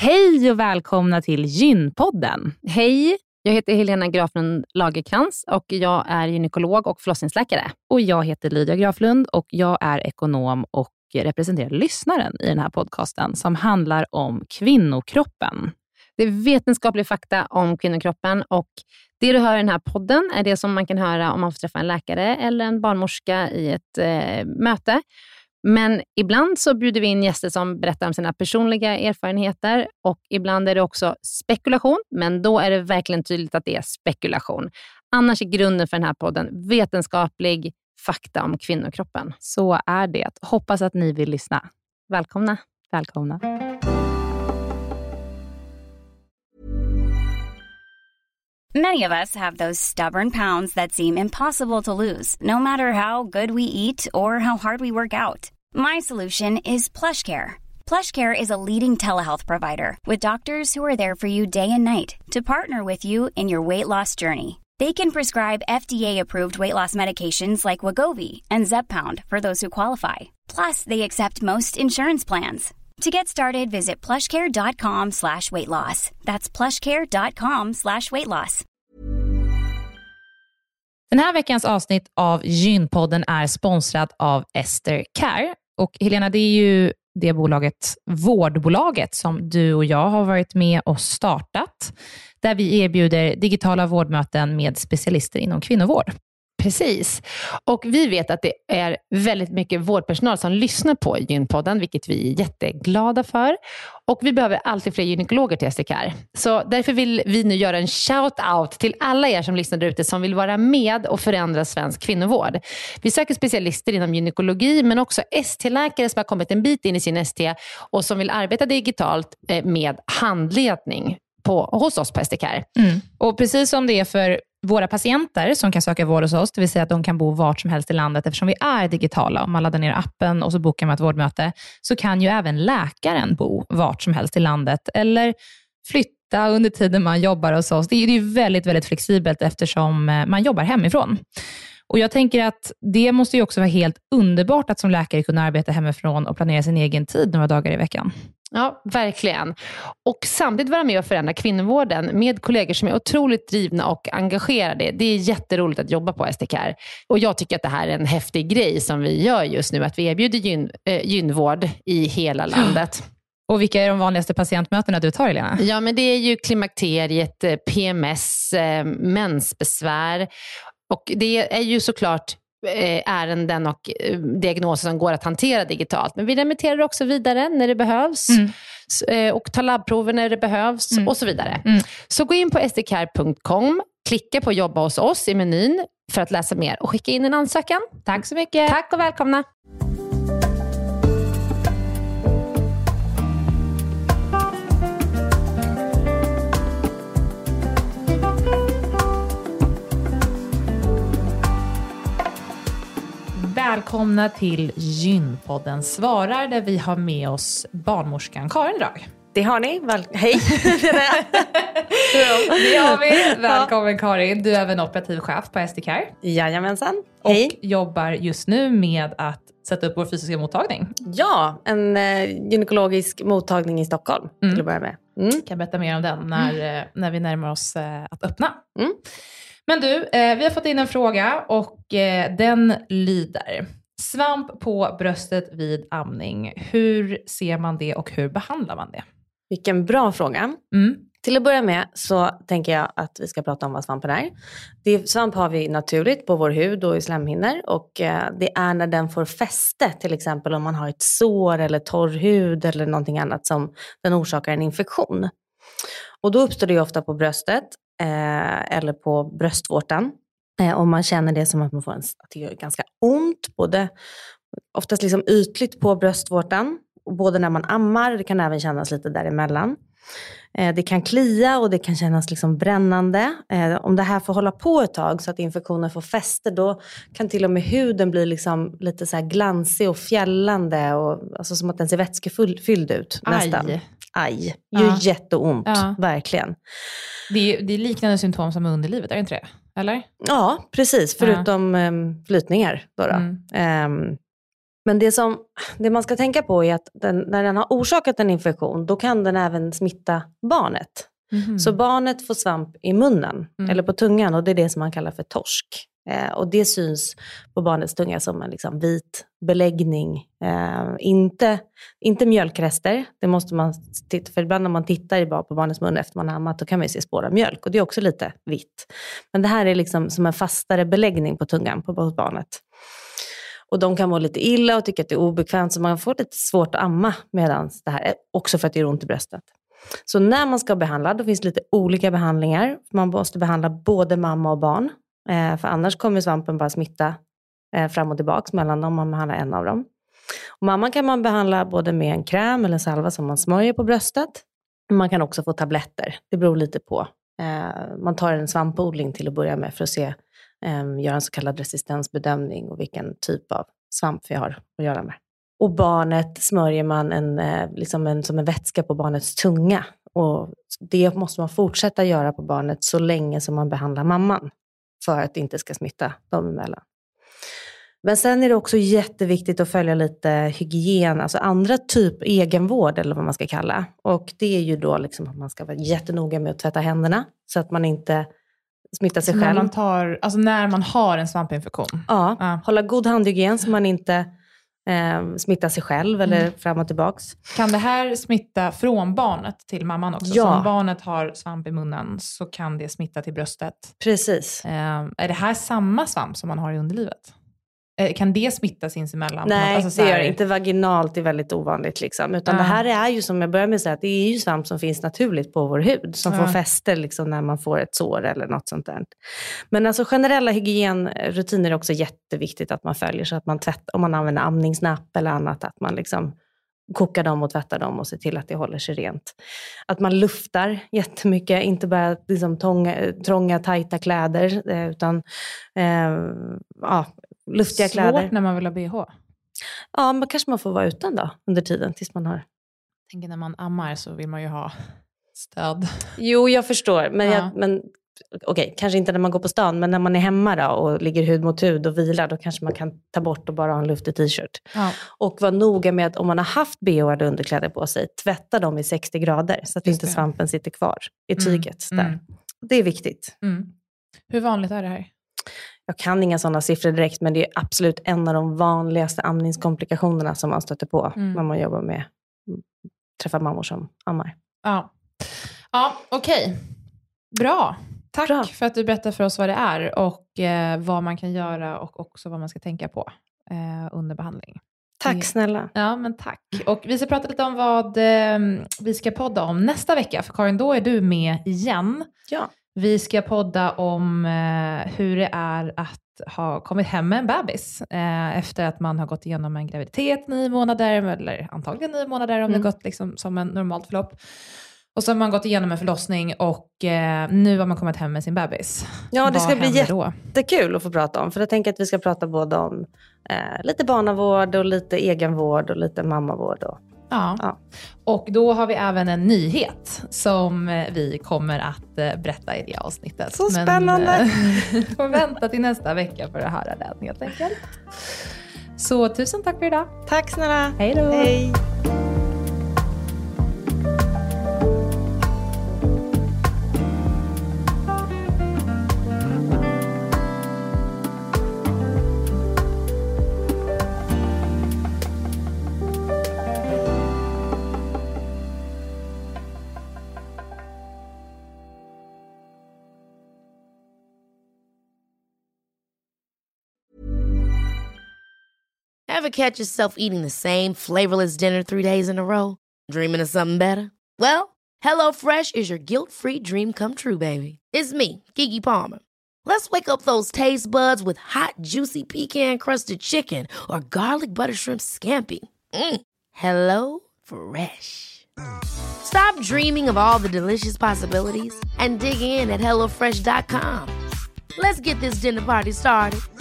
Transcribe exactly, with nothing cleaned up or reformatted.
Hej och välkomna till Gynpodden. Hej, jag heter Helena Graflund Lagerkrans och jag är gynekolog och förlossningsläkare. Och jag heter Lydia Graflund och jag är ekonom och representerar lyssnaren i den här podcasten som handlar om kvinnokroppen. Det är vetenskaplig fakta om kvinnokroppen och det du hör i den här podden är det som man kan höra om man får träffa en läkare eller en barnmorska i ett eh, möte. Men ibland så bjuder vi in gäster som berättar om sina personliga erfarenheter och ibland är det också spekulation, men då är det verkligen tydligt att det är spekulation. Annars är grunden för den här podden vetenskaplig fakta om kvinnokroppen. Så är det. Hoppas att ni vill lyssna. Välkomna. Välkomna. Many of us have those stubborn pounds that seem impossible to lose, no matter how good we eat or how hard we work out. My solution is PlushCare. PlushCare is a leading telehealth provider with doctors who are there for you day and night to partner with you in your weight loss journey. They can prescribe F D A-approved weight loss medications like Wegovy and Zepbound for those who qualify. Plus, they accept most insurance plans. To get started, visit plushcare.com slash weight loss. That's plushcare.com slash weight loss. Den här veckans avsnitt av Gynpodden är sponsrad av Ester Care. Och Helena, det är ju det bolaget, vårdbolaget som du och jag har varit med och startat. Där vi erbjuder digitala vårdmöten med specialister inom kvinnovård. Precis. Och vi vet att det är väldigt mycket vårdpersonal som lyssnar på Gynpodden, vilket vi är jätteglada för. Och vi behöver alltid fler gynekologer till Ester Care. Så därför vill vi nu göra en shout-out till alla er som lyssnar där ute som vill vara med och förändra svensk kvinnovård. Vi söker specialister inom gynekologi men också S T-läkare som har kommit en bit in i sin S T och som vill arbeta digitalt med handledning på, hos oss på Ester Care. Mm. Och precis som det är för våra patienter som kan söka vård hos oss, det vill säga att de kan bo vart som helst i landet eftersom vi är digitala. Om man laddar ner appen och så bokar man ett vårdmöte så kan ju även läkaren bo vart som helst i landet eller flytta under tiden man jobbar hos oss. Det är ju väldigt, väldigt flexibelt eftersom man jobbar hemifrån. Och jag tänker att det måste ju också vara helt underbart att som läkare kunna arbeta hemifrån och planera sin egen tid några dagar i veckan. Ja, verkligen. Och samtidigt vara med och förändra kvinnovården med kollegor som är otroligt drivna och engagerade. Det är jätteroligt att jobba på Ester Care. Och jag tycker att det här är en häftig grej som vi gör just nu. Att vi erbjuder gyn, äh, gynvård i hela landet. Och vilka är de vanligaste patientmötena du tar, Helena? Ja, men det är ju klimakteriet, P M S, äh, mensbesvär. Och det är ju såklart ärenden och diagnoser som går att hantera digitalt. Men vi remitterar också vidare när det behövs. Mm. Och tar labbprover när det behövs mm. och så vidare. Mm. Så gå in på stercare punkt com, klicka på jobba hos oss i menyn för att läsa mer och skicka in en ansökan. Tack så mycket. Tack och välkomna. Välkomna till Gynpodden svarar där vi har med oss barnmorskan Karin Drag. Det har ni. Väl- Hej! Det har vi. Välkommen Karin. Du är även operativ chef på Ester Care. Jajamensan. Hej. Och jobbar just nu med att sätta upp vår fysiska mottagning. Ja, en eh, gynekologisk mottagning i Stockholm mm. till att börja med. Mm. Kan berätta mer om den när, mm. när vi närmar oss eh, att öppna. Mm. Men du, eh, vi har fått in en fråga och eh, den lyder: svamp på bröstet vid amning. Hur ser man det och hur behandlar man det? Vilken bra fråga. Mm. Till att börja med så tänker jag att vi ska prata om vad svampen är. Det, svamp har vi naturligt på vår hud och i slemhinnor. Och eh, det är när den får fäste, till exempel om man har ett sår eller torr hud eller någonting annat som den orsakar en infektion. Och då uppstår det ofta på bröstet eh, eller på bröstvårtan. Eh, och man känner det som att man får en, att det gör ganska ont. Både, oftast liksom ytligt på bröstvårtan. Både när man ammar, det kan även kännas lite däremellan. Eh, det kan klia och det kan kännas liksom brännande. Eh, om det här får hålla på ett tag så att infektionen får fäste, då kan till och med huden bli liksom lite så här glansig och fjällande. Och, alltså som att den ser vätskefylld ut nästan. Aj. Aj, gör ja. jätteont, ja. Verkligen. Det är, det är liknande symptom som underlivet, är det inte det? Eller? Ja, precis. Förutom ja. um, flytningar. Då då. Mm. Um, Men det, som, det man ska tänka på är att den, när den har orsakat en infektion, då kan den även smitta barnet. Mm. Så barnet får svamp i munnen mm. eller på tungan, och det är det som man kallar för torsk. Eh, och det syns på barnets tunga som en liksom vit beläggning. Eh, inte, inte mjölkrester, det måste man titta, för ibland när man tittar på barnets mun efter man har ammat, då kan man se spår av mjölk, och det är också lite vitt. Men det här är liksom som en fastare beläggning på tungan på barnet. Och de kan må lite illa och tycka att det är obekvämt, så man får lite svårt att amma medan det här är, också för att det gör ont i bröstet. Så när man ska behandla, då finns det lite olika behandlingar. Man måste behandla både mamma och barn. Eh, för annars kommer svampen bara smitta eh, fram och tillbaka mellan dem om man behandlar en av dem. Och mamman kan man behandla både med en kräm eller en salva som man smörjer på bröstet. Man kan också få tabletter. Det beror lite på. Eh, man tar en svampodling till att börja med för att se, eh, göra en så kallad resistensbedömning och vilken typ av svamp vi har att göra med. Och barnet smörjer man en, eh, liksom en, som en vätska på barnets tunga. Och det måste man fortsätta göra på barnet så länge som man behandlar mamman. För att det inte ska smitta dem emellan. Men sen är det också jätteviktigt att följa lite hygien. Alltså andra typ egenvård eller vad man ska kalla. Och det är ju då liksom att man ska vara jättenoga med att tvätta händerna. Så att man inte smittar sig så själv. När man, tar, alltså när man har en svampinfektion? Ja, ja. Hålla god handhygien så man inte eh, smittar sig själv eller mm. fram och tillbaks. Kan det här smitta från barnet till mamman också? Ja. Så om barnet har svamp i munnen så kan det smitta till bröstet? Precis. Eh, är det här samma svamp som man har i underlivet? Eh, kan det smitta sinsemellan? Nej, alltså, det här... gör inte. Vaginalt är väldigt ovanligt. Liksom. Utan uh. det här är ju, som jag började med att säga, att det är ju svamp som finns naturligt på vår hud. Som uh. får fäste liksom, när man får ett sår eller något sånt där. Men alltså generella hygienrutiner är också jätteviktigt att man följer. Så att man tvättar, om man använder amningsnapp eller annat, att man liksom kokar dem och tvättar dem och ser till att det håller sig rent. Att man luftar jättemycket, inte bara liksom tånga, trånga, tajta kläder, utan eh, ja, luftiga Svårt kläder. Svårt när man vill ha B H. Ja, men kanske man får vara utan då, under tiden tills man har. Jag tänker när man ammar så vill man ju ha stöd. Jo, jag förstår. Men, ja. jag, men okej, okay, kanske inte när man går på stan, men när man är hemma då och ligger hud mot hud och vilar, då kanske man kan ta bort och bara ha en luftig t-shirt. Ja. Och vara noga med att om man har haft B H eller underkläder på sig, tvätta dem i sextio grader så att inte svampen sitter kvar i tyget. Mm. Där. Mm. Det är viktigt. Mm. Hur vanligt är det här? Jag kan inga sådana siffror direkt, men det är absolut en av de vanligaste amningskomplikationerna som man stöter på mm. när man jobbar med träffar mammor som ammar. Ja, ja okej. Okay. Bra. Tack Bra. för att du berättar för oss vad det är och eh, vad man kan göra och också vad man ska tänka på eh, under behandling. Tack snälla. Ja, men tack. Och vi ska prata lite om vad eh, vi ska podda om nästa vecka. För Karin, då är du med igen. Ja. Vi ska podda om eh, hur det är att ha kommit hem med en bebis. Eh, efter att man har gått igenom en graviditet nio månader. Eller antagligen nio månader om mm. det gått liksom som en normalt förlopp. Och så har man gått igenom en förlossning och eh, nu har man kommit hem med sin bebis. Ja, det Vad ska bli då? jättekul att få prata om. För jag tänker att vi ska prata både om eh, lite barnavård och lite egenvård och lite mammavård. Och, ja. ja, och då har vi även en nyhet som vi kommer att eh, berätta i det avsnittet. Så spännande! Men, eh, får vänta till nästa vecka för att höra den helt enkelt. Så tusen tack för idag. Tack snälla. Hej då. Hej. Ever catch yourself eating the same flavorless dinner three days in a row? Dreaming of something better? Well, HelloFresh is your guilt-free dream come true, baby. It's me, Keke Palmer. Let's wake up those taste buds with hot, juicy pecan-crusted chicken or garlic butter shrimp scampi. Mm. Hello Fresh. Stop dreaming of all the delicious possibilities and dig in at hello fresh dot com. Let's get this dinner party started.